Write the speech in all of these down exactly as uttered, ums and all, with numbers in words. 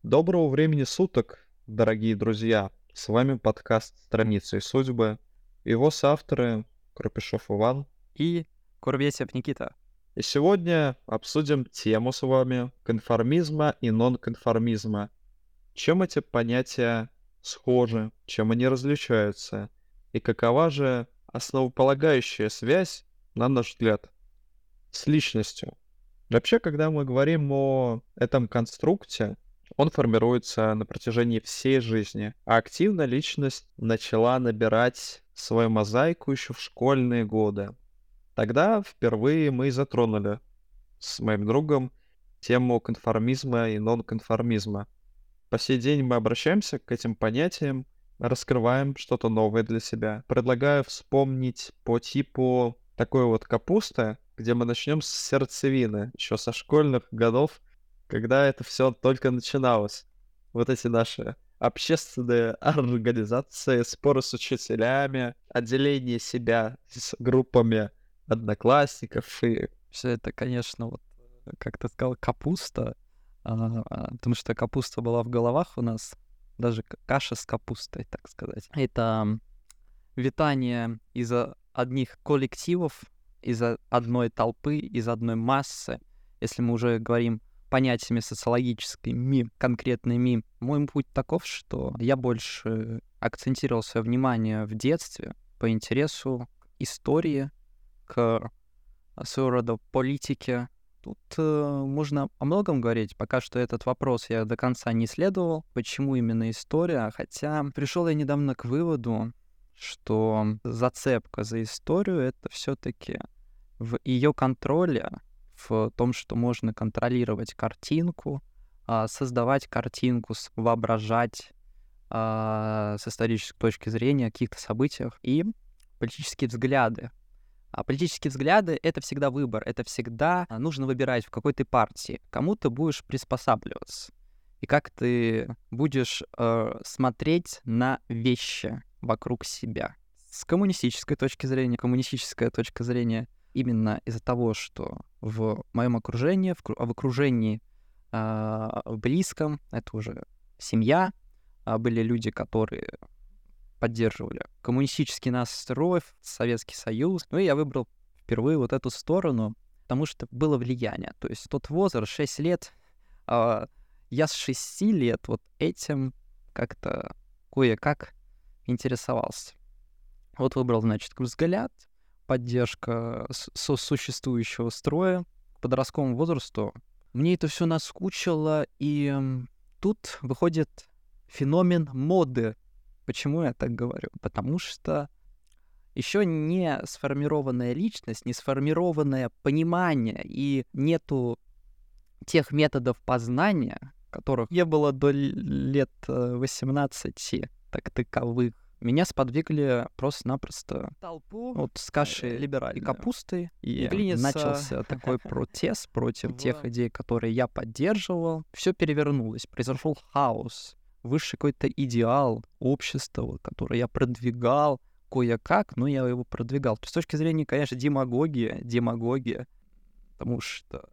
Доброго времени суток, дорогие друзья! С вами подкаст «Страницы и судьбы». Его соавторы Кропешов Иван. И Курбесев Никита. И сегодня обсудим тему с вами конформизма и нонконформизма. Чем эти понятия схожи, чем они различаются, и какова же основополагающая связь, на наш взгляд, с личностью. Вообще, когда мы говорим о этом конструкте, он формируется на протяжении всей жизни, а активно личность начала набирать свою мозаику еще в школьные годы. Тогда впервые мы и затронули с моим другом тему конформизма и нонконформизма. По сей день мы обращаемся к этим понятиям, раскрываем что-то новое для себя. Предлагаю вспомнить по типу такой вот капусты, где мы начнем с сердцевины, еще со школьных годов, когда это все только начиналось. Вот эти наши общественные организации, споры с учителями, отделение себя с группами одноклассников и... Все это, конечно, вот, э, как ты сказал, капуста, а, а, потому что капуста была в головах у нас, даже к- каша с капустой, так сказать. Это м, витание из а, одних коллективов, из а- одной толпы, из одной массы. Если мы уже говорим понятиями социологическими, конкретными, мой путь таков, что я больше акцентировал свое внимание в детстве по интересу к истории, к а, своего рода политике. Тут э, можно о многом говорить. Пока что этот вопрос я до конца не исследовал. Почему именно история? Хотя пришел я недавно к выводу, что зацепка за историю — это все-таки в ее контроле, в том, что можно контролировать картинку, а, создавать картинку, с- воображать а, с исторической точки зрения о каких-то событиях и политические взгляды. А политические взгляды — это всегда выбор, это всегда а, нужно выбирать, в какой ты партии, кому ты будешь приспосабливаться, и как ты будешь э, смотреть на вещи вокруг себя. С коммунистической точки зрения, коммунистическая точка зрения именно из-за того, что в моем окружении, в, кру- в окружении а, близком, это уже семья, а, были люди, которые поддерживали коммунистический настрой, Советский Союз. Ну и я выбрал впервые вот эту сторону, потому что было влияние. То есть тот возраст, шесть лет, а, я с шести лет вот этим как-то кое-как интересовался. Вот выбрал, значит, взгляд, поддержка с- сосуществующего строя к подростковому возрасту. Мне это все наскучило, и м, тут выходит феномен моды. Почему я так говорю? Потому что еще не сформированная личность, не сформированное понимание и нету тех методов познания, которых не было до л- лет э, восемнадцати, так таковых, меня сподвигли просто-напросто толпу вот с кашей и либеральную. капустой, и Вклиниться начался такой протест против тех в- идей, которые я поддерживал. Все перевернулось, произошел хаос, высший какой-то идеал общества, который я продвигал кое-как, но я его продвигал. То есть с точки зрения, конечно, демагогия, демагогия, потому что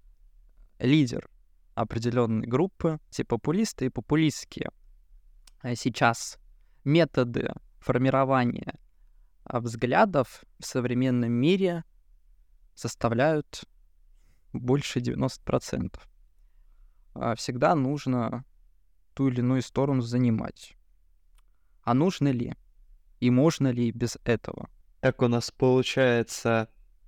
лидер определенной группы, те популисты и популистские а сейчас методы формирования а, взглядов в современном мире составляют больше девяносто процентов. А всегда нужно ту или иную сторону занимать. А нужно ли? И можно ли без этого? Так у нас получается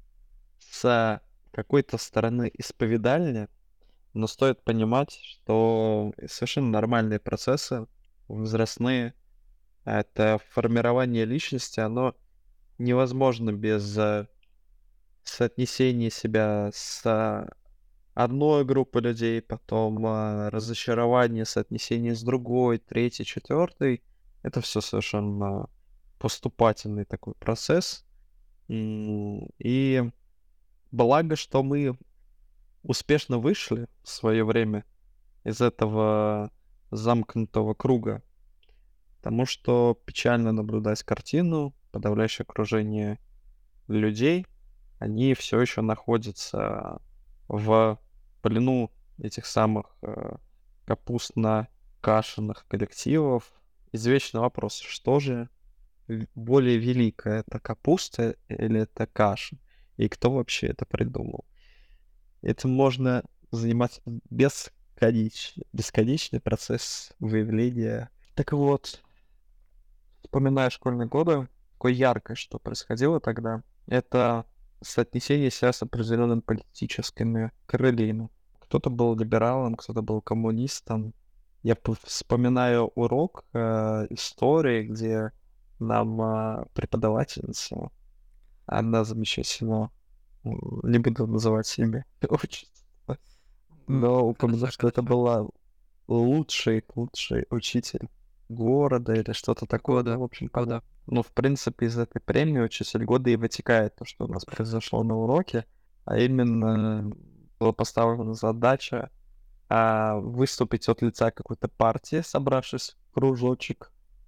с какой-то стороны исповедальня, но стоит понимать, что совершенно нормальные процессы возрастные, это формирование личности, оно невозможно без э, соотнесения себя с одной группой людей, потом а, разочарование, соотнесение с другой, третьей, четвертой. Это все совершенно поступательный такой процесс. М, И благо, что мы успешно вышли в свое время из этого замкнутого круга, потому что печально наблюдать картину, подавляющее окружение людей, они все еще находятся в плену этих самых э, капустно-кашенных коллективов. Извечный вопрос, что же в- более великое, это капуста или это каша? И кто вообще это придумал? Этим можно заниматься бесконечно. Бесконечный процесс выявления. Так вот, вспоминая школьные годы, такое яркое, что происходило тогда, это соотнесение себя с определенными политическими крыльями. Кто-то был либералом, кто-то был коммунистом. Я п- вспоминаю урок э, истории, где нам э, преподавательница, она замечательно, м, не буду называть имя отчество, М, но упомяну, Хорошо, что это хорошо. была лучший, лучший учитель города или что-то такое. Ну, Года, в общем, года. кого. Ну, в принципе, из этой премии учитель года и вытекает то, что у нас произошло на уроке, а именно была поставлена задача а, выступить от лица какой-то партии, собравшись в кружочек,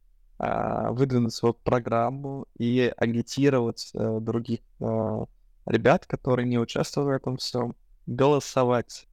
а, выдвинуть свою программу и агитировать э, других э, ребят, которые не участвовали в этом всем, голосовать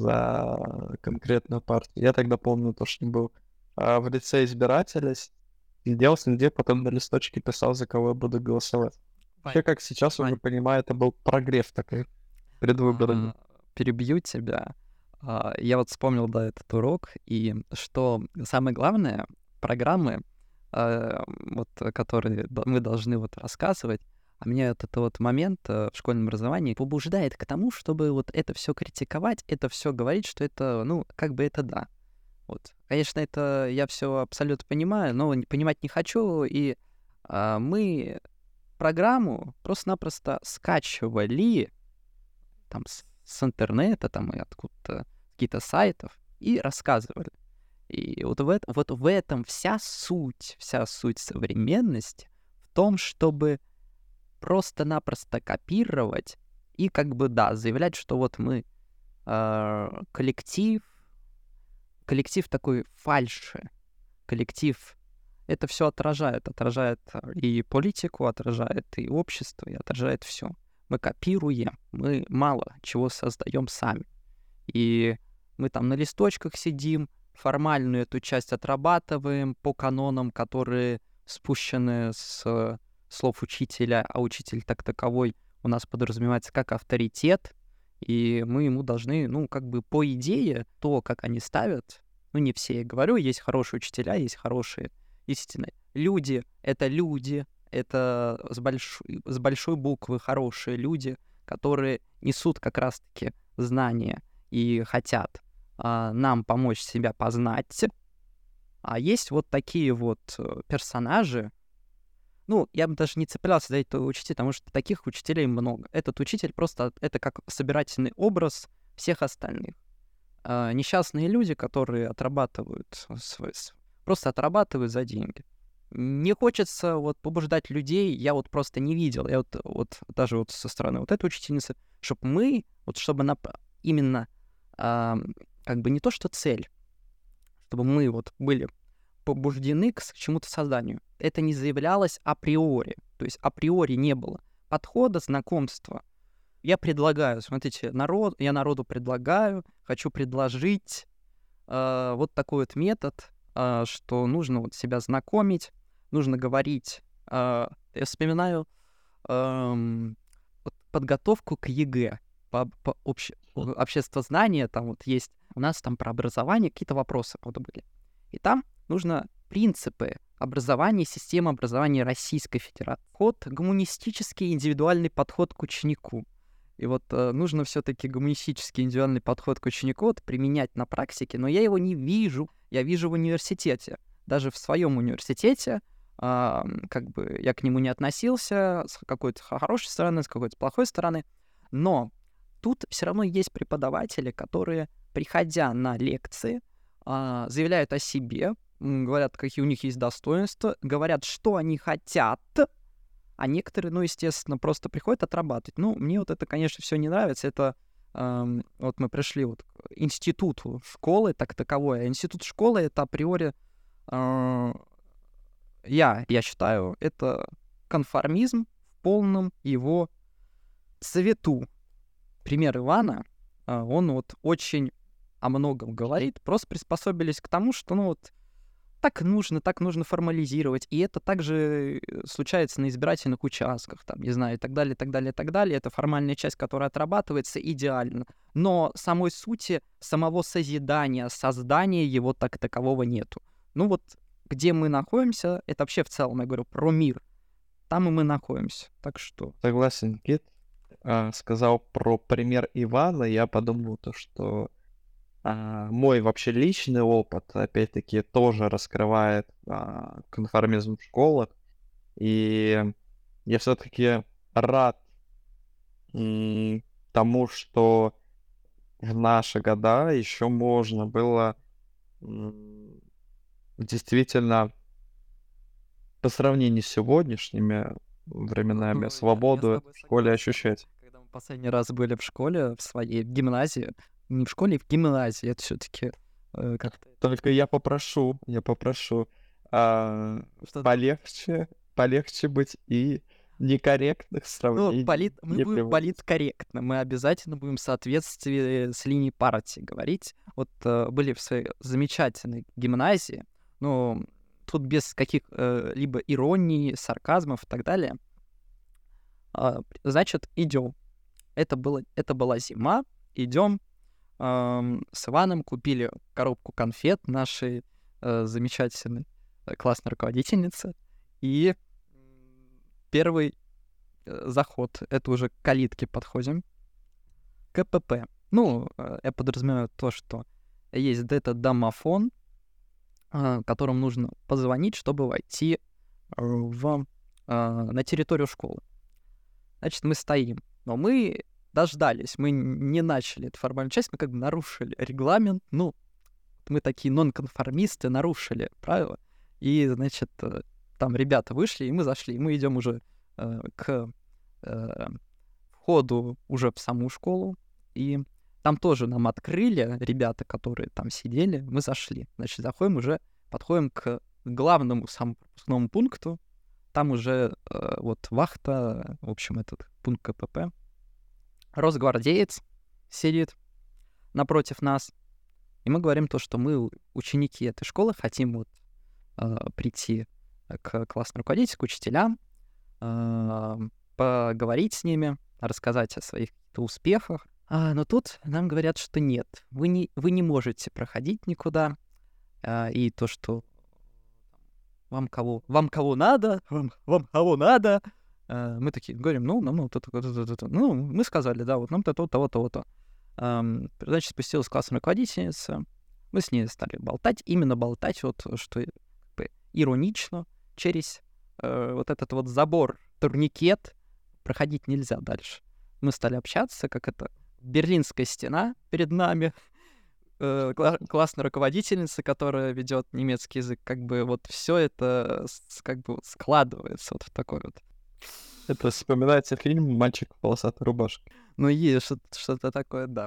за конкретную партию. Я тогда помню то, что был а, в лице избирателя, с- сидел, сидел, потом на листочке писал, за кого я буду голосовать. Вообще, Вань, как сейчас уже Вань, понимаю, это был прогрев такой перед выборами. а, перебью тебя. А, Я вот вспомнил, да, этот урок, и что самое главное, программы, а, вот, э, которые д- мы должны вот рассказывать, а меня вот этот вот момент э, в школьном образовании побуждает к тому, чтобы вот это все критиковать, это все говорить, что это, ну, как бы это да. Вот. Конечно, это я все абсолютно понимаю, но не- понимать не хочу, и а, мы программу просто-напросто скачивали там с, с интернета там и откуда-то какие-то сайтов и рассказывали. И вот в, эт- вот в этом вся суть, вся суть современности в том, чтобы просто-напросто копировать и как бы, да, заявлять, что вот мы э, коллектив, коллектив такой фальши, коллектив это все отражает, отражает э, и политику, отражает и общество, и отражает все. Мы копируем, мы мало чего создаем сами. И мы там на листочках сидим, формальную эту часть отрабатываем по канонам, которые спущены с э, слов учителя, а учитель так таковой у нас подразумевается как авторитет, и мы ему должны, ну, как бы по идее, то, как они ставят, ну, не все, я говорю, есть хорошие учителя, есть хорошие истины. Люди — это люди, это с большой, с большой буквы хорошие люди, которые несут как раз-таки знания и хотят а, нам помочь себя познать. А есть вот такие вот э, персонажи. Ну, я бы даже не цеплялся за этого учителя, потому что таких учителей много. Этот учитель просто это как собирательный образ всех остальных. А, несчастные люди, которые отрабатывают свой, с- просто отрабатывают за деньги. Не хочется вот побуждать людей, я вот просто не видел, я вот, вот даже вот со стороны вот этой учительницы, чтобы мы, вот чтобы она именно а, как бы не то, что цель, чтобы мы вот были побуждены к с- чему-то созданию. Это не заявлялось априори, то есть априори не было подхода, знакомства. Я предлагаю, смотрите, народ, я народу предлагаю, хочу предложить э, вот такой вот метод, э, что нужно вот себя знакомить, нужно говорить. э, я вспоминаю эм, вот подготовку к ЕГЭ по, по обще- обществознание, там вот есть, у нас там про образование какие-то вопросы вот были. И там нужно принципы образования, системы образования Российской Федерации. Подход, гуманистический индивидуальный подход к ученику. И вот э, нужно все-таки гуманистический индивидуальный подход к ученику вот, применять на практике, но я его не вижу. Я вижу в университете. Даже в своем университете, а, как бы я к нему не относился с какой-то хорошей стороны, с какой-то плохой стороны, но тут все равно есть преподаватели, которые, приходя на лекции, а, заявляют о себе, м, говорят, какие у них есть достоинства, говорят, что они хотят, а некоторые, ну, естественно, просто приходят отрабатывать. Ну, мне вот это, конечно, все не нравится. Это эм, вот мы пришли вот к институту школы, так таковой. А институт школы — это априори, э, я, я считаю, это конформизм в полном его цвету. Пример Ивана, а, он вот очень о многом говорит, просто приспособились к тому, что, ну вот, так нужно, так нужно формализировать. И это также случается на избирательных участках, там, не знаю, и так далее, и так далее, и так далее. Это формальная часть, которая отрабатывается идеально. Но самой сути, самого созидания, создания его так такового нету. Ну вот, где мы находимся, это вообще в целом, я говорю, про мир. Там и мы находимся. Так что... Согласен, Кит. А, сказал про пример Ивана, я подумал то, что а, мой вообще личный опыт, опять-таки, тоже раскрывает а, конформизм в школах. И я все-таки рад м, тому, что в наши года еще можно было м, действительно, по сравнению с сегодняшними временами, Ну, я, я с свободу тобой в школе согласен. ощущать. Когда мы последний раз были в школе, в своей гимназии, не в школе, в гимназии, это все-таки э, как-то... Только я попрошу, я попрошу а, Что-то... полегче, полегче быть и некорректных Ну, сравнений полит... мы не будем приводить. политкорректно, мы обязательно будем в соответствии с линией партии говорить. Вот э, были в своей замечательной гимназии, ну, тут без каких-либо ироний, сарказмов и так далее. А, значит, идем. Это, было, это была зима, идем эм, с Иваном, купили коробку конфет нашей э, замечательной э, классной руководительницы, и первый э, заход, это уже к калитке подходим, КПП. Ну, э, я подразумеваю то, что есть этот домофон, э, которым нужно позвонить, чтобы войти в, э, на территорию школы. Значит, мы стоим, но мы дождались, мы не начали эту формальную часть, мы как бы нарушили регламент, ну, мы такие нонконформисты, нарушили правила, и, значит, э, там ребята вышли, и мы зашли, и мы идем уже э, к э, входу уже в саму школу, и там тоже нам открыли ребята, которые там сидели, мы зашли, значит, заходим уже, подходим к главному самому пропускному пункту, там уже э, вот вахта, в общем, этот пункт КПП. Росгвардеец сидит напротив нас, и мы говорим то, что мы ученики этой школы, хотим вот э, прийти к классному руководителю, к учителям, э, поговорить с ними, рассказать о своих успехах. А, но тут нам говорят, что нет, вы не, вы не можете проходить никуда, э, и то, что вам кого, вам кого надо, вам, вам кого надо. Uh, мы такие говорим, ну, нам вот это, вот это, вот это. Ну, мы сказали, да, вот нам то, то, того, того, то. Um, значит, спустилась классная руководительница, мы с ней стали болтать, именно болтать, вот, что как бы, иронично, через uh, вот этот вот забор, турникет, проходить нельзя дальше. Мы стали общаться, как это, Берлинская стена перед нами, классная руководительница, которая ведет немецкий язык, как бы вот все это как бы складывается вот в такой вот. Это вспоминается фильм «Мальчик в полосатой рубашке». Ну, есть что-то, что-то такое, да.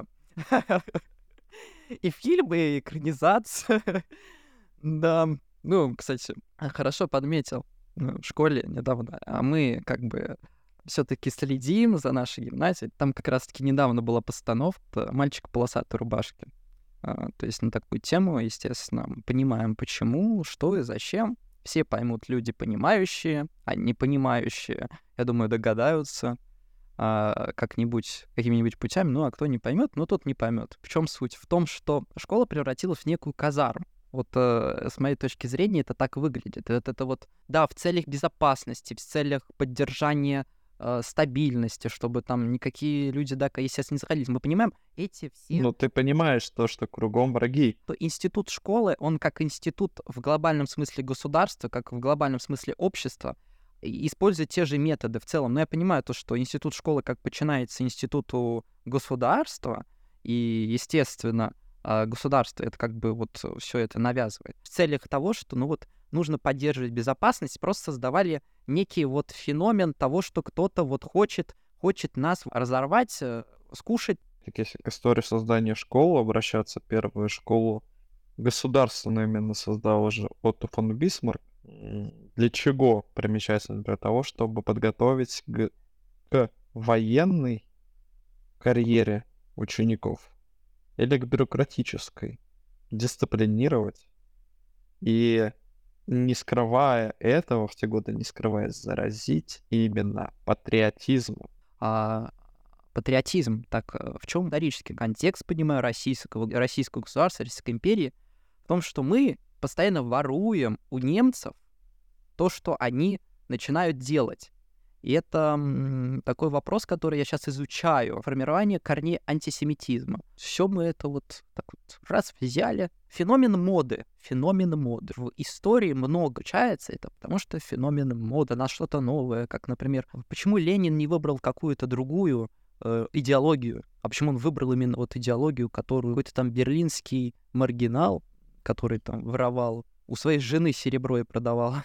И фильмы, и экранизация. Да. Ну, кстати, хорошо подметил в школе недавно, а мы как бы все-таки следим за нашей гимназией. Там как раз-таки недавно была постановка «Мальчик в полосатой рубашке». Uh, то есть на такую тему, естественно, понимаем, почему, что и зачем. Все поймут люди понимающие, а не понимающие, я думаю, догадаются uh, как-нибудь, какими-нибудь путями, ну, а кто не поймет, ну, тот не поймет. В чем суть? В том, что школа превратилась в некую казарму. Вот uh, с моей точки зрения это так выглядит. Это, это вот, да, в целях безопасности, в целях поддержания стабильности, чтобы там никакие люди, да, естественно, не заходили. Мы понимаем, эти все... Ну, ты понимаешь то, что кругом враги. То институт школы, он как институт в глобальном смысле государства, как в глобальном смысле общества, использует те же методы в целом. Но я понимаю то, что институт школы как подчиняется институту государства, и, естественно, государство это как бы вот все это навязывает. В целях того, что, ну вот, нужно поддерживать безопасность, просто создавали некий вот феномен того, что кто-то вот хочет, хочет нас разорвать, скушать. Так если к истории создания школы обращаться, первую школу государственную именно создал уже Отто фон Бисмарк. Для чего? Примечательно для того, чтобы подготовить к, к военной карьере учеников. или к бюрократической? Дисциплинировать и, не скрывая этого, в те годы не скрывая, заразить именно патриотизмом. А патриотизм, так э, в чем исторический контекст, понимаю, российского, российского государства, Российской империи? В том, что мы постоянно воруем у немцев то, что они начинают делать. И это м, такой вопрос, который я сейчас изучаю. Формирование корней антисемитизма. Все мы это вот так вот раз взяли. Феномен моды. Феномен моды. В истории много чается это, потому что феномен моды на что-то новое. Как, например, почему Ленин не выбрал какую-то другую э, идеологию? А почему он выбрал именно вот идеологию, которую какой-то там берлинский маргинал, который там воровал, у своей жены серебро и продавал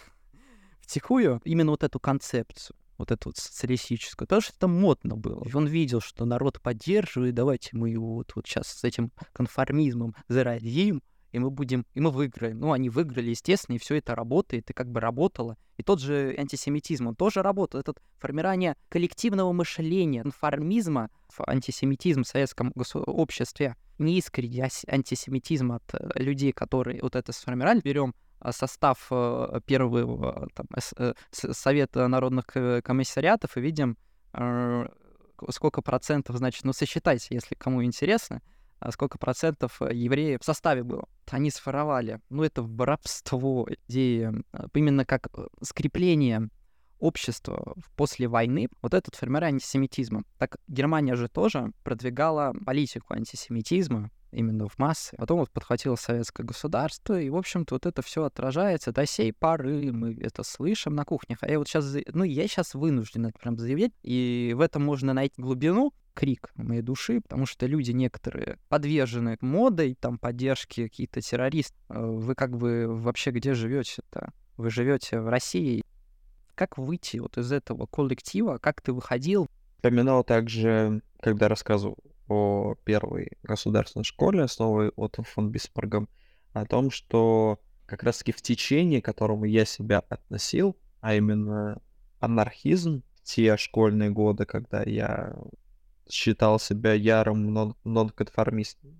втихую, именно вот эту концепцию, вот эту вот социалистическую, потому что это модно было. И он видел, что народ поддерживает, давайте мы его вот, вот сейчас с этим конформизмом заразим, и мы будем, и мы выиграем. Ну, они выиграли, естественно, и все это работает, и как бы работало. И тот же антисемитизм, он тоже работал. Это формирование коллективного мышления, конформизма, антисемитизм в советском госу- обществе, неискренний антисемитизм от э, людей, которые вот это сформировали. Берем состав э, первого там, э, Совета народных комиссариатов и видим, э, сколько процентов, значит, ну, сосчитайте, если кому интересно, сколько процентов евреев в составе было. Они сформировали, ну, это воровство, идея, именно как скрепление общества после войны, вот этот формирование антисемитизма. Так Германия же тоже продвигала политику антисемитизма, именно в массы. Потом вот подхватило советское государство, и, в общем-то, вот это все отражается. До сей поры мы это слышим на кухнях. А я вот сейчас, ну, я сейчас вынужден это прям заявить, и в этом можно найти глубину, крик моей души, потому что люди некоторые подвержены модой, там, поддержке какие-то террористы. Вы как бы вообще где живете-то? Вы живете в России. Как выйти вот из этого коллектива? Как ты выходил? Вспоминал также, когда рассказывал о первой государственной школе с новой Отто фон Бисмарком, о том, что как раз-таки в течение, к которому я себя относил, а именно анархизм, в те школьные годы, когда я считал себя ярым нон- нонконформистом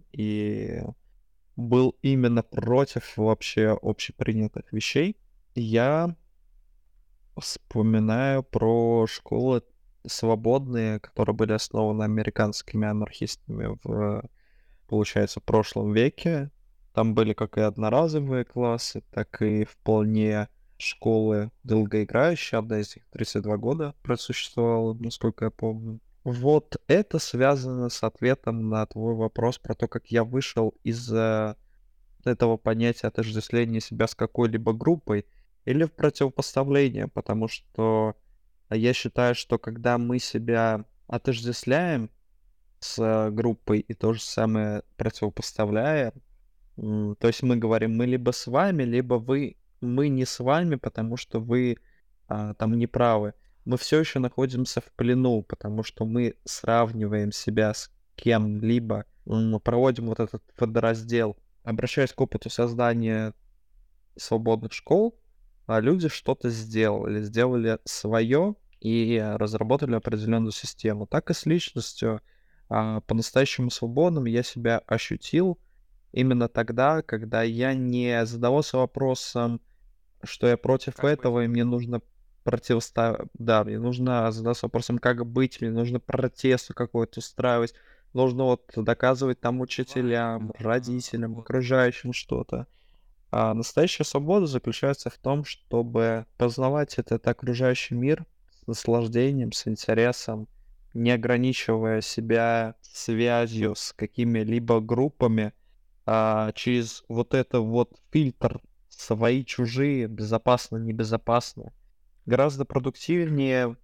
и был именно против вообще общепринятых вещей, я вспоминаю про школы свободные, которые были основаны американскими анархистами в, получается, в прошлом веке. Там были как и одноразовые классы, так и вполне школы долгоиграющие. Одна из них тридцать два года просуществовала, насколько я помню. Вот это связано с ответом на твой вопрос про то, как я вышел из э, этого понятия отождествления себя с какой-либо группой или в противопоставление, потому что я считаю, что когда мы себя отождествляем с э, группой и то же самое противопоставляем, м, то есть мы говорим, мы либо с вами, либо вы, мы не с вами, потому что вы а, там не правы. Мы все еще находимся в плену, потому что мы сравниваем себя с кем-либо, м, проводим вот этот водораздел. Обращаясь к опыту создания свободных школ, а люди что-то сделали, сделали свое и разработали определенную систему. Так и с личностью. А, по-настоящему свободным я себя ощутил именно тогда, когда я не задавался вопросом, что я против Как быть? этого, и мне нужно противоставить, да, мне нужно задаться вопросом, как быть, мне нужно протест какой-то устраивать, нужно вот доказывать там учителям, Важно, а, родителям, вот. окружающим что-то. А настоящая свобода заключается в том, чтобы познавать этот окружающий мир с наслаждением, с интересом, не ограничивая себя связью с какими-либо группами, а через вот это вот фильтр свои, чужие, безопасно, небезопасно. Гораздо продуктивнее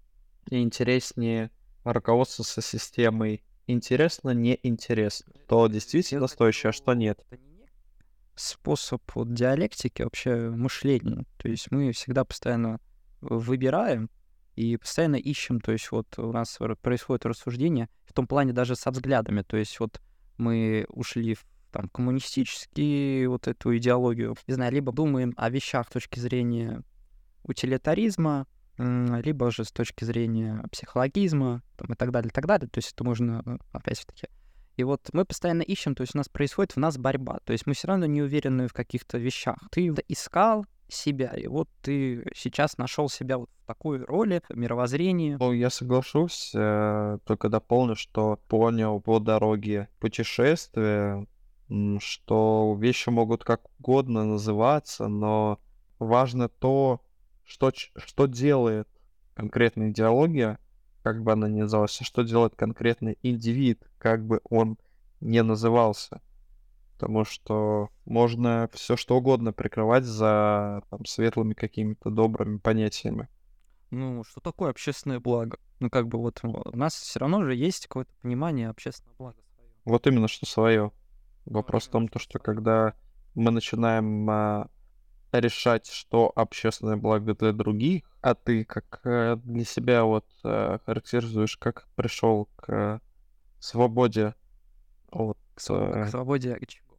и интереснее руководствоваться системой интересно, неинтересно. То действительно Я стоящее, а что хочу... нет. Это не нек- способ вот диалектики вообще мышления. То есть мы всегда постоянно выбираем и постоянно ищем. То есть вот у нас р- происходит рассуждение в том плане даже со взглядами. То есть вот мы ушли в там, коммунистический вот эту идеологию, не знаю, либо думаем о вещах с точки зрения утилитаризма, м, либо же с точки зрения психологизма там, и так далее, и так далее. То есть это можно, э, опять-таки, И вот мы постоянно ищем, то есть у нас происходит в нас борьба. То есть мы все равно не уверены в каких-то вещах. Ты искал себя, и вот ты сейчас нашел себя вот в такой роли, мировоззрении. Ну, я соглашусь, э, только дополню, что понял по дороге путешествия, м, что вещи могут как угодно называться, но важно то, что, ч- что делает конкретная идеология, как бы она ни называлась, а что делает конкретный индивид, как бы он не назывался. Потому что можно все что угодно прикрывать за там, светлыми какими-то добрыми понятиями. Ну, что такое общественное благо? Ну, как бы вот у нас все равно же есть какое-то понимание общественного блага своего. Вот именно что свое. Ну, Вопрос в именно том, то, что что свое. когда мы начинаем а, решать, что общественное благо для других, а ты как э, для себя вот э, характеризуешь, как пришел к э, свободе от, К, сво- к э, свободе чего?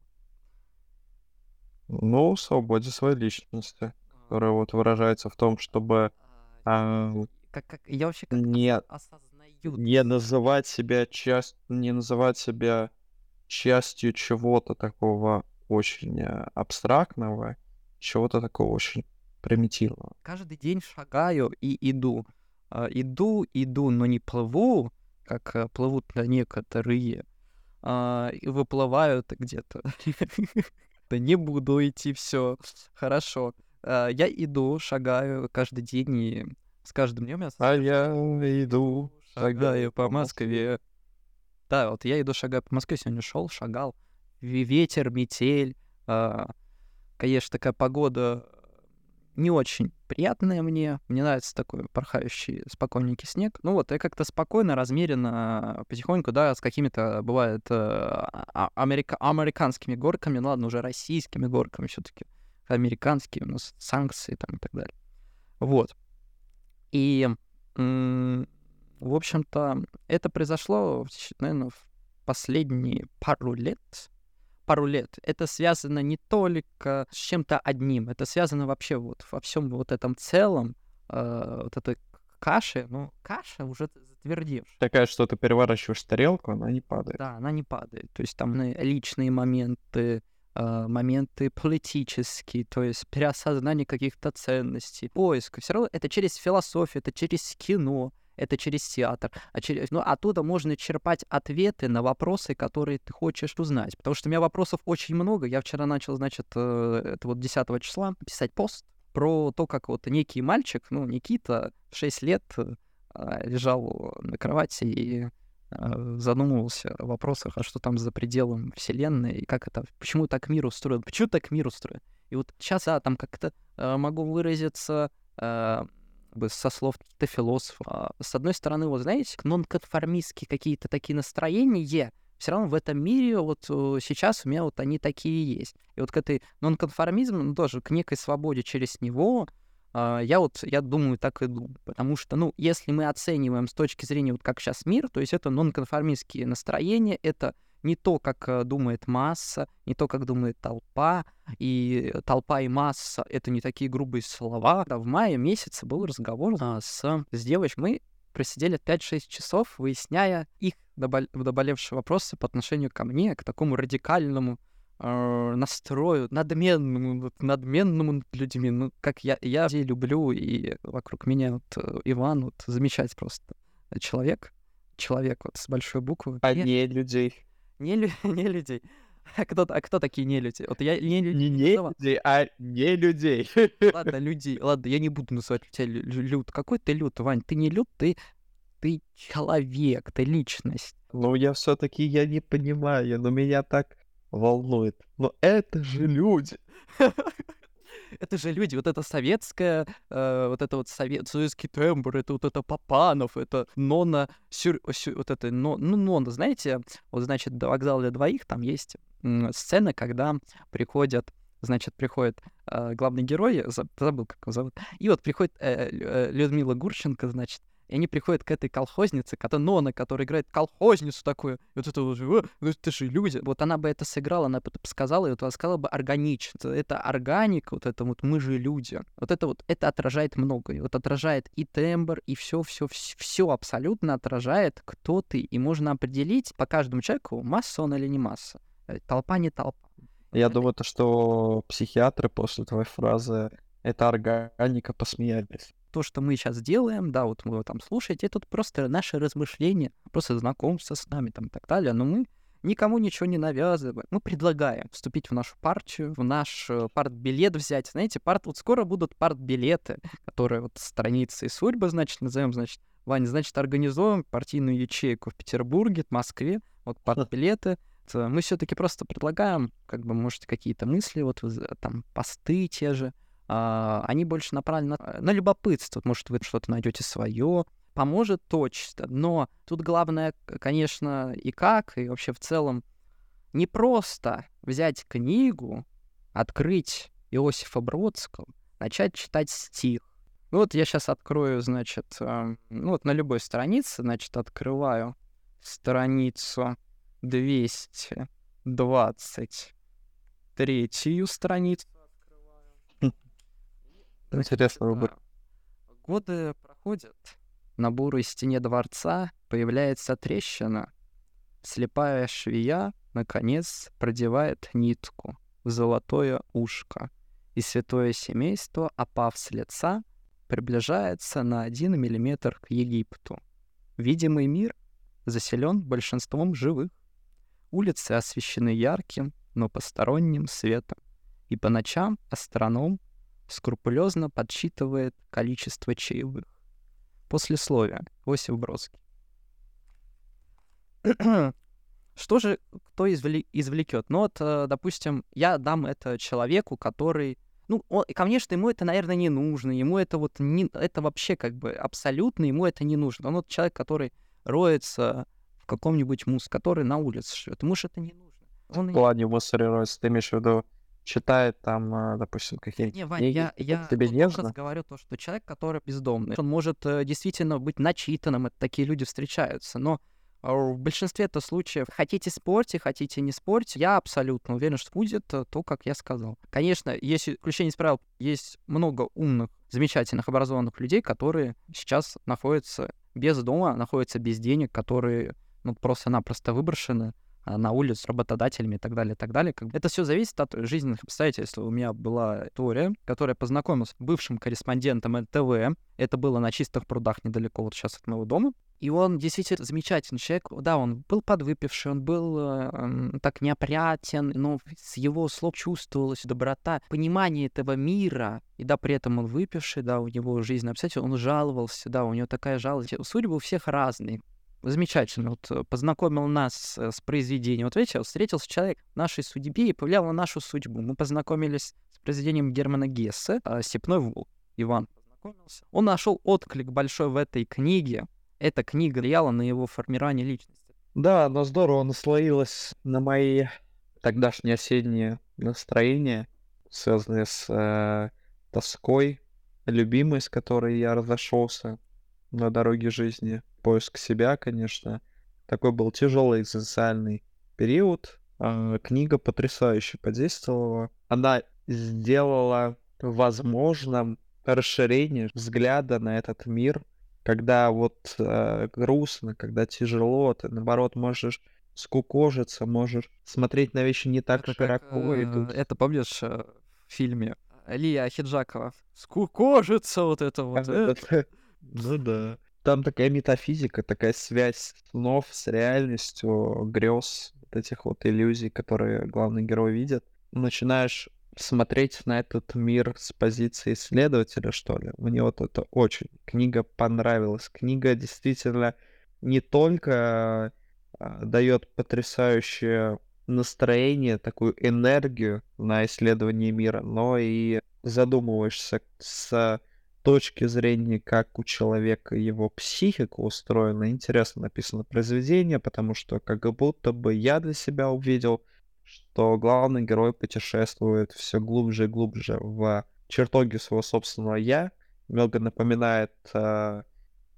ну, свободе своей личности, которая вот выражается в том, чтобы а, Как, как, я вообще как не, ос- осознаю. не называть себя часть, не называть себя частью чего-то такого очень э, абстрактного, чего-то такого очень примитивного. Каждый день шагаю и иду. А, Иду, иду, но не плыву, как э, плывут некоторые, а, и выплывают где-то. Да не буду идти, все хорошо. А, Я иду, шагаю каждый день, и с каждым днем я А осознаю, я что иду, иду, шагаю шагаю по по Москве. Москве. Да, вот я иду, шагаю по Москве, сегодня шел, шагал. Ви- Ветер, метель. а, Конечно, такая погода не очень приятная мне. Мне нравится такой порхающий, спокойненький снег. Ну вот, я как-то спокойно, размеренно, потихоньку, да, с какими-то, бывает, э, а- америка- американскими горками, ну ладно, уже российскими горками все таки американские, у нас санкции там и так далее. Вот. И, м, в общем-то, это произошло, наверное, в последние пару лет. Пару лет. Это связано не только с чем-то одним, это связано вообще вот во всем вот этом целом, э, вот этой каши, ну, каша уже т- затвердевшая. Такая, что ты переворачиваешь тарелку, она не падает. Да, она не падает. То есть там ну, личные моменты, э, моменты политические, то есть переосознание каких-то ценностей, поиск. Все равно это через философию, это через кино, это через театр. А через... Ну, оттуда можно черпать ответы на вопросы, которые ты хочешь узнать. Потому что у меня вопросов очень много. Я вчера начал, значит, э, это вот десятого числа писать пост про то, как вот некий мальчик, ну, Никита, в шесть лет, э, лежал на кровати и э, задумывался о вопросах, а что там за пределом Вселенной, и как это, почему так мир устроен, почему так мир устроен. И вот сейчас я там как-то э, могу выразиться э, бы со слов каких-то философов. А, С одной стороны, вот знаете, нонконформистские какие-то такие настроения, все равно в этом мире вот э, сейчас у меня вот они такие есть. И вот к этой нонконформизму, ну, тоже к некой свободе через него, а, я вот, я думаю, так и думаю. Потому что, ну, если мы оцениваем с точки зрения, вот как сейчас мир, то есть это нонконформистские настроения, это не то, как э, думает масса, не то, как думает толпа, и толпа и масса — это не такие грубые слова. Да, в мае месяце был разговор а, с, с девочкой. Мы просидели пять-шесть часов, выясняя их добол- наболевшие вопросы по отношению ко мне, к такому радикальному э, настрою, надменному, вот надменному над людьми. Ну, как я, я людей люблю, и вокруг меня вот э, Иван, вот замечательный просто человек, человек вот с большой буквы. А Я- не людей. не, лю- не людей. А кто, а кто такие не люди? Вот я не люди Не не не называл. людей, а не людей. Ладно, людей. Ладно, я не буду называть тебя лю- лю- люд. Какой ты люд, Вань? Ты не люд, ты, ты человек, ты личность. Ну, я все-таки я не понимаю, но меня так волнует. Но это же люди. Это же люди, вот это советское, э, вот это вот совет, советский тембр, это вот это Папанов, это нона, сюр, сю- вот это, но, ну, нона, знаете, вот, значит, до вокзала для двоих там есть м, сцена, когда приходят, значит, приходит э, главный герой, я за- забыл, как его зовут, и вот приходит э, Лю- э, Людмила Гурченко, значит, и они приходят к этой колхознице, которая Нона, которая играет колхозницу такую, и вот это вот, «Э, ну это же люди». Вот она бы это сыграла, она бы это сказала, и вот она сказала бы органично. Это органика, вот это вот «мы же люди». Вот это вот, это отражает многое. Вот отражает и тембр, и все, все, все абсолютно отражает, кто ты. И можно определить по каждому человеку, масса он или не масса. Э, Толпа не толпа. Я Это думаю, то, что психиатры после твоей фразы «это органика» посмеялись. то, что мы сейчас делаем, да, вот вы там слушаете, это просто наши размышления, просто знакомство с нами там и так далее, но мы никому ничего не навязываем. Мы предлагаем вступить в нашу партию, в наш э, партбилет взять. Знаете, парт, вот скоро будут партбилеты, которые вот страницы и судьбы, значит, назовем, значит, Ваня, значит, организуем партийную ячейку в Петербурге, в Москве, вот партбилеты. Т- Мы все-таки просто предлагаем, как бы, может, какие-то мысли, вот вы з- там посты те же, а, они больше направлены на, на любопытство. Может, вы что-то найдете свое, поможет точно. Но тут главное, к- конечно, и как, и вообще в целом не просто взять книгу, открыть Иосифа Бродского, начать читать стих. Ну вот я сейчас открою, значит, э, ну вот на любой странице, значит, открываю страницу двести двадцать третью страницу. Интересно выбор. Да. Годы проходят. На бурой стене дворца появляется трещина. Слепая швея, наконец, продевает нитку в золотое ушко, и святое семейство, опав с лица, приближается на один миллиметр к Египту. Видимый мир заселен большинством живых. Улицы освещены ярким, но посторонним светом, и по ночам астроном скрупулезно подсчитывает количество чаевых. Послесловие. Иосиф Бродский. Что же кто извле- извлекет? Ну вот, э, допустим, я дам это человеку, который... Ну, он, конечно, ему это, наверное, не нужно. Ему это вот... Не, это вообще как бы абсолютно ему это не нужно. Он вот человек, который роется в каком-нибудь мус, который на улице живет. Ему же это не нужно. Он В и- плане мусорируется, ты имеешь в виду, читает там, а, допустим, Не, какие-нибудь Вань, книги, я, это я тебе тот образ нежно? говорю, то, что человек, который бездомный, он может э, действительно быть начитанным, это такие люди встречаются, но э, в большинстве это случаев хотите спорьте, хотите не спорьте, я абсолютно уверен, что будет э, то, как я сказал. Конечно, если исключение из правил, есть много умных, замечательных, образованных людей, которые сейчас находятся без дома, находятся без денег, которые ну, просто-напросто выброшены а, на улицу работодателями и так далее, и так далее. Как бы это все зависит от жизненных обстоятельств. У меня была история, которая познакомился с бывшим корреспондентом эн тэ вэ. Это было на Чистых прудах, недалеко вот сейчас от моего дома. И он действительно замечательный человек. Да, он был подвыпивший, он был э, м, так неопрятен, но с его слов чувствовалась доброта, понимание этого мира. И да, при этом он выпивший, да, у него жизненные обстоятельства, он жаловался, да, у него такая жалость. Судьбы у всех разные. Замечательно. Вот э, познакомил нас э, с произведением. Вот видите, вот встретился человек в нашей судьбе и повлиял на нашу судьбу. Мы познакомились с произведением Германа Гессе э, «Степной волк». Иван познакомился. Он нашел отклик большой в этой книге. Эта книга влияла на его формирование личности. Да, но здорово наслоилось на мои тогдашние осенние настроения, связанные с э, тоской, любимой, с которой я разошелся на дороге жизни. Поиск себя, конечно. Такой был тяжелый экзистенциальный период. А, Книга потрясающе подействовала. Она сделала возможным расширение взгляда на этот мир, когда вот э, грустно, когда тяжело, ты наоборот можешь скукожиться, можешь смотреть на вещи не так Это как, широко, и э, тут это помнишь э, в фильме Лия Ахеджакова? Скукожится вот это вот. А, э. это- ну да. Там такая метафизика, такая связь снов с реальностью, грез, вот этих вот иллюзий, которые главный герой видит. Начинаешь смотреть на этот мир с позиции исследователя, что ли. Мне вот это очень. Книга понравилась. Книга действительно не только а, дает потрясающее настроение, такую энергию на исследование мира, но и задумываешься с точки зрения, как у человека его психика устроена. Интересно написано произведение, потому что как будто бы я для себя увидел, что главный герой путешествует все глубже и глубже в чертоги своего собственного «я». Много напоминает э,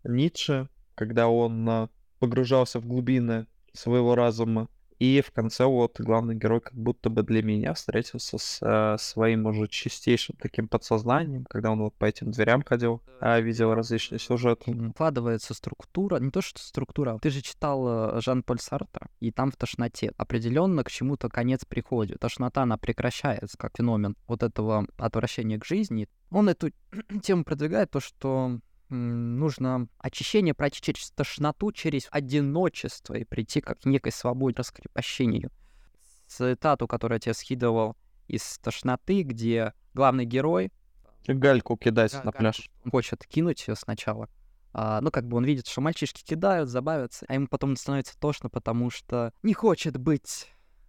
Ницше, когда он а, погружался в глубины своего разума. И в конце вот главный герой как будто бы для меня встретился с а, своим уже чистейшим таким подсознанием, когда он вот по этим дверям ходил, а, видел различные сюжеты. Вкладывается структура, не то что структура, ты же читал э, Жан-Поль Сартра, и там в «Тошноте» определенно к чему-то конец приходит. Тошнота, она прекращается как феномен вот этого отвращения к жизни. Он эту тему продвигает, то, что м, нужно очищение пройти через тошноту, через одиночество и прийти как к некой свободе, раскрепощению. Цитату, которую я тебе скидывал из «Тошноты», где главный герой Гальку кидать га- на гальку пляж. хочет кинуть ее сначала. А, ну, как бы он видит, что мальчишки кидают, забавятся, а ему потом становится тошно, потому что не хочет быть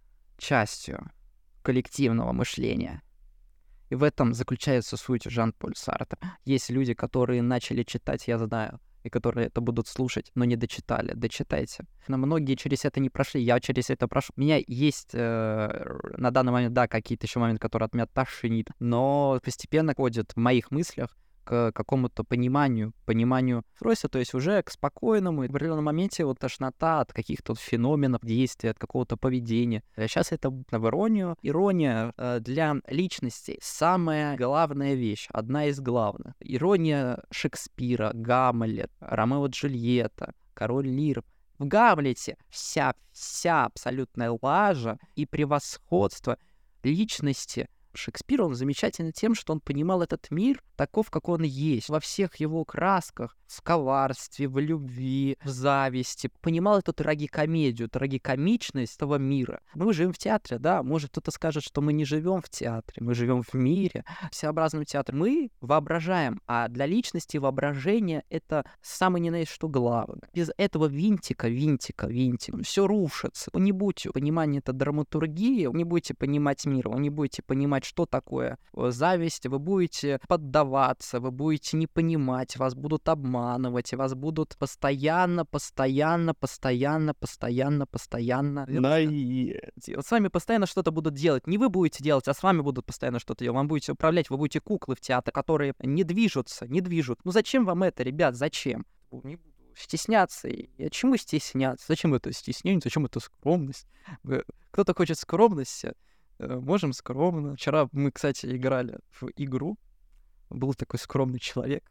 частью коллективного мышления. И в этом заключается суть Жан-Поль Сартра. Есть люди, которые начали читать, я знаю, и которые это будут слушать, но не дочитали. Дочитайте. Но многие через это не прошли, я через это прошел. У меня есть э, на данный момент, да, какие-то еще моменты, которые от меня тошнит, но постепенно ходят в моих мыслях к какому-то пониманию, пониманию устройства, то есть уже к спокойному. И в определенном моменте вот тошнота от каких-то вот феноменов, действий, от какого-то поведения. Сейчас это в иронию. Ирония э, для личностей самая главная вещь, одна из главных. Ирония Шекспира, Гамлет, Ромео и Джульетта, Король Лир. В Гамлете вся, вся абсолютная лажа и превосходство личности Шекспир, он замечательный тем, что он понимал этот мир таков, как он есть, во всех его красках, в коварстве, в любви, в зависти. Понимал эту трагикомедию, трагикомичность этого мира. Мы живем в театре, да, может кто-то скажет, что мы не живем в театре, мы живем в мире, в своеобразном театре. Мы воображаем, а для личности воображение — это самое не знаешь что главное. Без этого винтика, винтика, винтика, все рушится. Вы не будете понимать это драматургии, вы не будете понимать мир, вы не будете понимать, что такое зависть, вы будете поддаваться, вы будете не понимать, вас будут обманывать, вас будут постоянно, постоянно, постоянно, постоянно, постоянно... Вот с вами постоянно что-то будут делать. Не вы будете делать, а с вами будут постоянно что-то делать. Вам будете управлять, вы будете куклы в театре, которые не движутся, не движут. Ну зачем вам это, ребят, зачем? Не буду стесняться. И чему стесняться? Зачем это стеснение? Зачем это скромность? Кто-то хочет скромности, можем скромно. Вчера мы, кстати, играли в игру. Был такой скромный человек.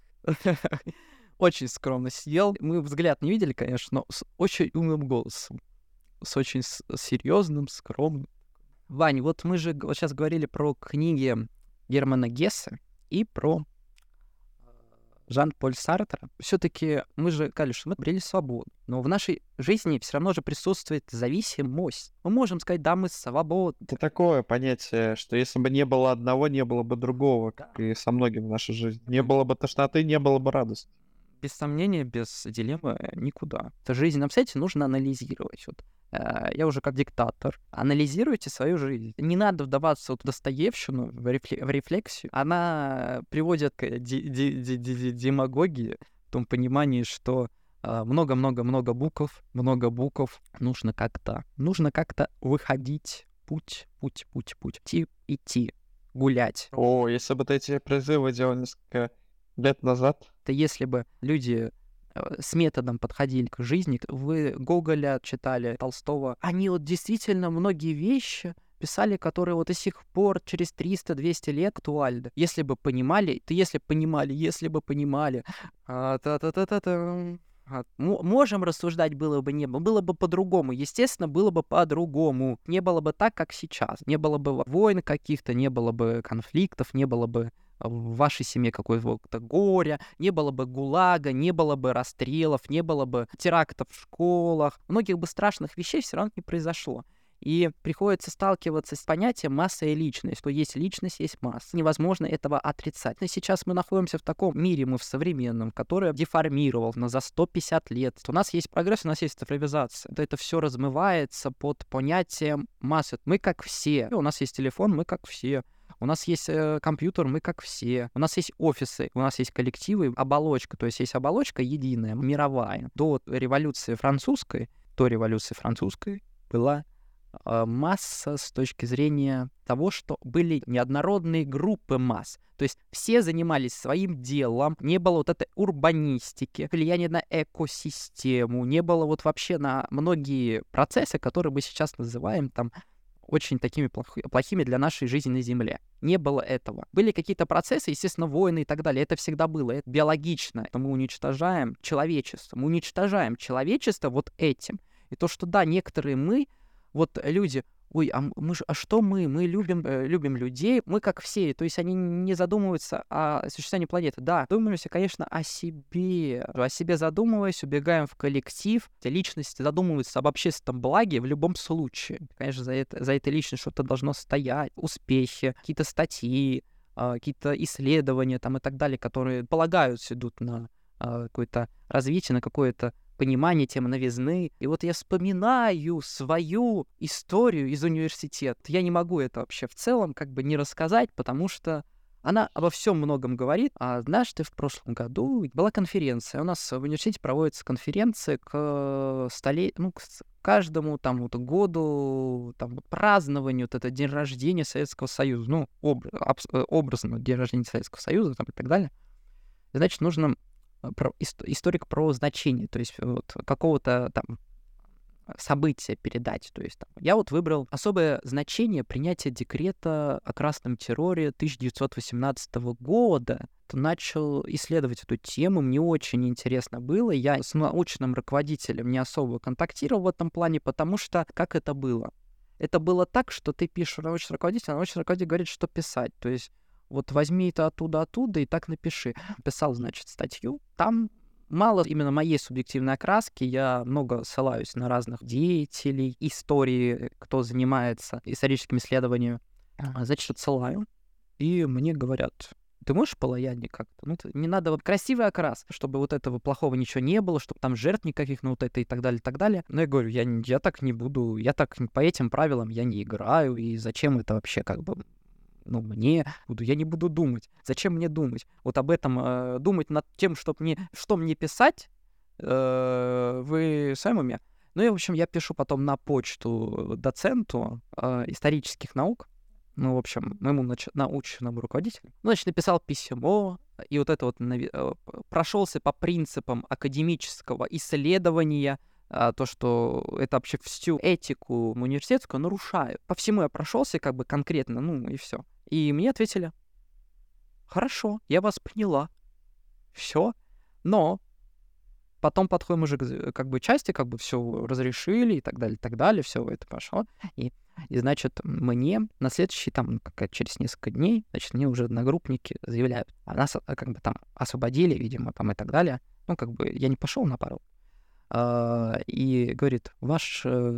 Очень скромно сидел. Мы взгляд не видели, конечно, но с очень умным голосом. С очень серьезным, скромным. Вань, вот мы же вот сейчас говорили про книги Германа Гессе и про Жан-Поль Сартра. Все-таки мы же сказали, что мы обрели свободу. Но в нашей жизни все равно же присутствует зависимость. Мы можем сказать, да, мы свободны. Это такое понятие, что если бы не было одного, не было бы другого, как и со многим в нашей жизни. Не было бы тошноты, не было бы радости. Без сомнения, без дилеммы никуда. Это жизнь на сайте нужно анализировать. Вот. Я уже как диктатор. Анализируйте свою жизнь. Не надо вдаваться вот в Достоевщину, в, рефле- в рефлексию. Она приводит к ди- ди- ди- ди- демагогии в том понимании, что много-много-много букв, много букв. Нужно как-то, нужно как-то выходить. Путь, путь, путь, путь. Идти, идти, гулять. О, если бы ты эти призывы делал несколько лет назад. Это если бы люди с методом подходили к жизни, вы Гоголя читали, Толстого, они вот действительно многие вещи писали, которые вот до сих пор через триста-двести лет актуальны. Если бы понимали, то если бы понимали, если бы понимали, а, та-та-та-та-та. А, можем рассуждать было бы не было, было бы по-другому. Естественно, было бы по-другому. Не было бы так, как сейчас. Не было бы войн каких-то, не было бы конфликтов, не было бы в вашей семье какого-то горя, не было бы ГУЛАГа, не было бы расстрелов, не было бы терактов в школах. Многих бы страшных вещей все равно не произошло. И приходится сталкиваться с понятием масса и личность, что есть личность, есть масса. Невозможно этого отрицать. Но сейчас мы находимся в таком мире, мы в современном, который деформировал нас за сто пятьдесят лет. У нас есть прогресс, у нас есть цифровизация. Это все размывается под понятием массы. Мы как все. У нас есть телефон, мы как все. У нас есть э, компьютер, мы как все. У нас есть офисы, у нас есть коллективы, оболочка. То есть есть оболочка единая, мировая. До революции французской, до революции французской была э, масса с точки зрения того, что были неоднородные группы масс. То есть все занимались своим делом, не было вот этой урбанистики, влияния на экосистему, не было вот вообще на многие процессы, которые мы сейчас называем там очень такими плохи- плохими для нашей жизни на Земле. Не было этого. Были какие-то процессы, естественно, войны и так далее. Это всегда было. Это биологично. Это мы уничтожаем человечество. Мы уничтожаем человечество вот этим. И то, что да, некоторые мы, вот люди, ой, а м- мы ж- а что мы? Мы любим, э, любим людей, мы как все. То есть они не задумываются о существовании планеты. Да, думаемся, конечно, о себе. О себе задумываясь, убегаем в коллектив. Личность задумывается об общественном благе в любом случае. Конечно, за, это, за этой личностью что-то должно стоять. Успехи, какие-то статьи, а, какие-то исследования там и так далее, которые полагаются, идут на а, какое-то развитие, на какое-то понимание темы новизны. И вот я вспоминаю свою историю из университета. Я не могу это вообще в целом как бы не рассказать, потому что она обо всем многом говорит. А однажды в прошлом году была конференция. У нас в университете проводятся конференции к столе... ну, к с- каждому там вот году, там вот празднованию, вот это день рождения Советского Союза, ну, об- абс- э, образно день рождения Советского Союза там, и так далее. Значит, нужно э, про- ис- историк про значение, то есть вот какого-то там события передать. То есть там, я вот выбрал особое значение принятия декрета о красном терроре тысяча девятьсот восемнадцатого года. То начал исследовать эту тему, мне очень интересно было. Я с научным руководителем не особо контактировал в этом плане, потому что как это было? Это было так, что ты пишешь научный руководитель, а научный руководитель говорит, что писать. То есть вот возьми это оттуда, оттуда и так напиши. Писал, значит, статью. Там мало именно моей субъективной окраски, я много ссылаюсь на разных деятелей, истории, кто занимается историческими исследованиями. А, Значит, отсылаю, и мне говорят, ты можешь полояние как-то? Ну, ты- не надо вот красивый окрас, чтобы вот этого плохого ничего не было, чтобы там жертв никаких, ну, вот это и так далее, и так далее. Но я говорю, я, не- я так не буду, я так не- по этим правилам я не играю, и зачем это вообще как бы ну, мне буду, я не буду думать. Зачем мне думать? Вот об этом э, думать над тем, чтоб мне, что мне писать, э, вы сами уме. Ну и, в общем, я пишу потом на почту доценту э, исторических наук, ну, в общем, моему нач- научному руководителю. Ну, значит, написал письмо, и вот это вот нави- э, п- прошелся по принципам академического исследования, а, то, что это вообще всю этику университетскую нарушаю. По всему я прошелся как бы конкретно, ну и все. И мне ответили, хорошо, я вас поняла, все, но потом подходим уже к з- как бы части, как бы все разрешили и так далее, и так далее, все это пошло. И, и значит, мне на следующий, там, как через несколько дней, значит, мне уже одногруппники заявляют, а нас а, как бы там освободили, видимо, там и так далее. Ну, как бы я не пошел на пару. А, и говорит, ваш э,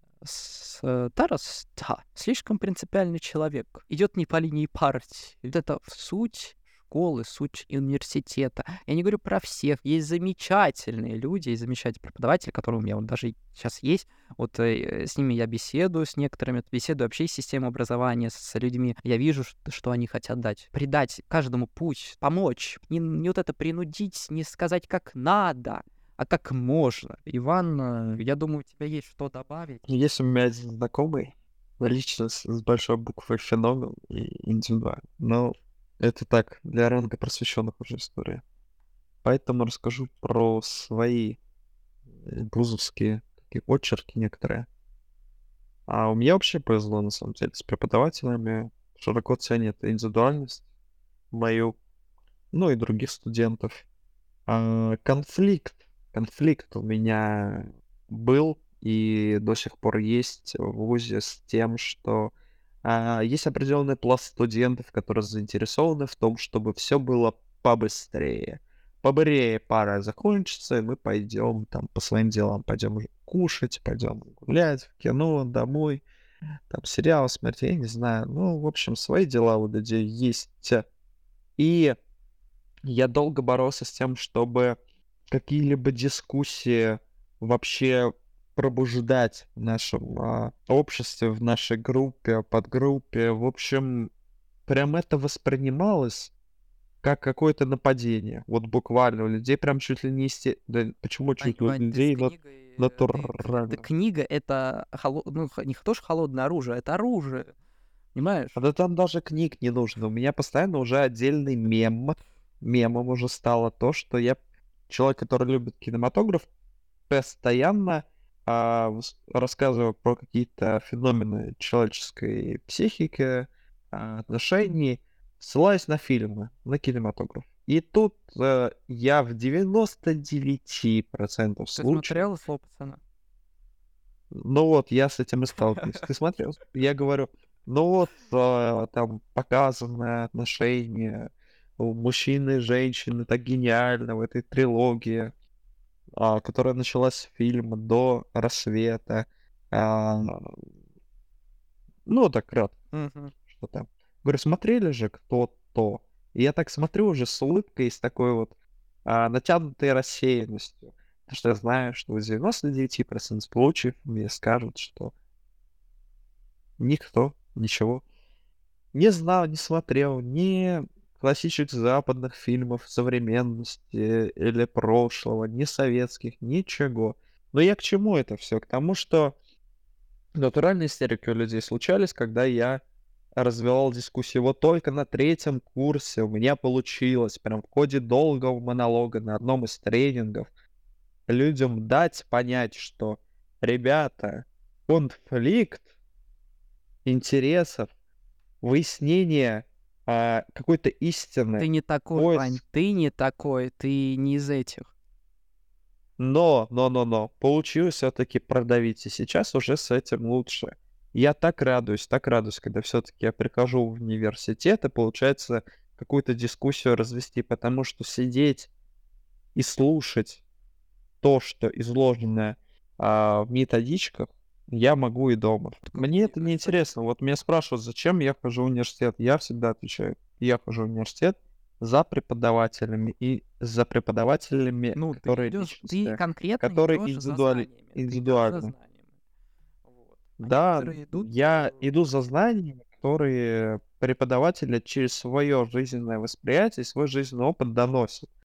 староста слишком принципиальный человек, идет не по линии партии. Вот это суть школы, суть университета. Я не говорю про всех. Есть замечательные люди, есть замечательные преподаватели, которые у меня вот даже сейчас есть. Вот э, с ними я беседую, с некоторыми, беседую вообще с системой образования, с людьми. Я вижу, что, что они хотят дать. Придать каждому путь, помочь. Не, не вот это принудить, не сказать, как надо, а как можно. Иван, э, я думаю, у тебя есть что добавить. Есть у меня один знакомый, личность с большой буквы феномен и индивидуально. Но это так, для ранга просвещенных уже история. Поэтому расскажу про свои э, вузовские такие очерки некоторые. А у меня вообще повезло, на самом деле, с преподавателями. Широко ценят индивидуальность мою, ну и других студентов. А, конфликт. Конфликт у меня был и до сих пор есть в ВУЗе с тем, что а, есть определенный пласт студентов, которые заинтересованы в том, чтобы все было побыстрее. Побыстрее пара закончится, и мы пойдем там по своим делам, пойдем уже кушать, пойдем гулять, в кино, домой, там сериал смотреть, я не знаю. Ну, в общем, свои дела вот эти есть. И я долго боролся с тем, чтобы какие-либо дискуссии вообще пробуждать в нашем а, обществе, в нашей группе, подгруппе. В общем, прям это воспринималось как какое-то нападение. Вот буквально у людей прям чуть ли не исте... Да почему Ань, чуть ли у Вань, ты с людей? Вот книгой ты, ты, к- ты Натурально. книга это холо- ну, х- не тоже холодное оружие, это оружие, А понимаешь? да там даже книг не нужно. У меня постоянно уже отдельный мем. Мемом уже стало то, что я человек, который любит кинематограф, постоянно а, вс- рассказываю про какие-то феномены человеческой психики, а, отношений, ссылаясь на фильмы, на кинематограф. И тут э, я в девяноста девяти процентов Ты случаев, смотрел «Слово пацана»? ну вот, я с этим и сталкиваюсь. Ты смотрел? Я говорю, ну вот, а, там показанное отношение у мужчины и женщины так гениально в этой трилогии, а, которая началась с фильма «До рассвета». А, ну, так кратко, Мгм. что там. Говорю, смотрели же кто-то? И я так смотрю уже с улыбкой, с такой вот а, натянутой рассеянностью. Потому что я знаю, что в девяноста девяти процентах случаев мне скажут, что никто ничего не знал, не смотрел ни классических западных фильмов современности или прошлого, ни советских, ничего. Но я к чему это все? К тому, что натуральные истерики у людей случались, когда я развивал дискуссию. Вот только на третьем курсе у меня получилось, прям в ходе долгого монолога на одном из тренингов, людям дать понять, что, ребята, конфликт интересов, выяснение а, какой-то истины, Ты не такой, Вань, поиск. ты не такой, ты не из этих. Но, но, но, но, получилось все-таки продавить, и сейчас уже с этим лучше. Я так радуюсь, так радуюсь, когда все-таки я прихожу в университет, и получается какую-то дискуссию развести, потому что сидеть и слушать то, что изложено а, в методичках, я могу и дома. Так, Мне мне это не кажется, интересно. Вот меня спрашивают, зачем я хожу в университет. Я всегда отвечаю, я хожу в университет за преподавателями и за преподавателями, ну, ты которые идешь, ты личностные, конкретно которые идешь за индивидуаль... знаниями, ты идешь за индивидуальны. знаниями. Вот. А Да, некоторые идут я э, иду за знаниями, которые преподаватели через свое жизненное восприятие, свой жизненный опыт доносят.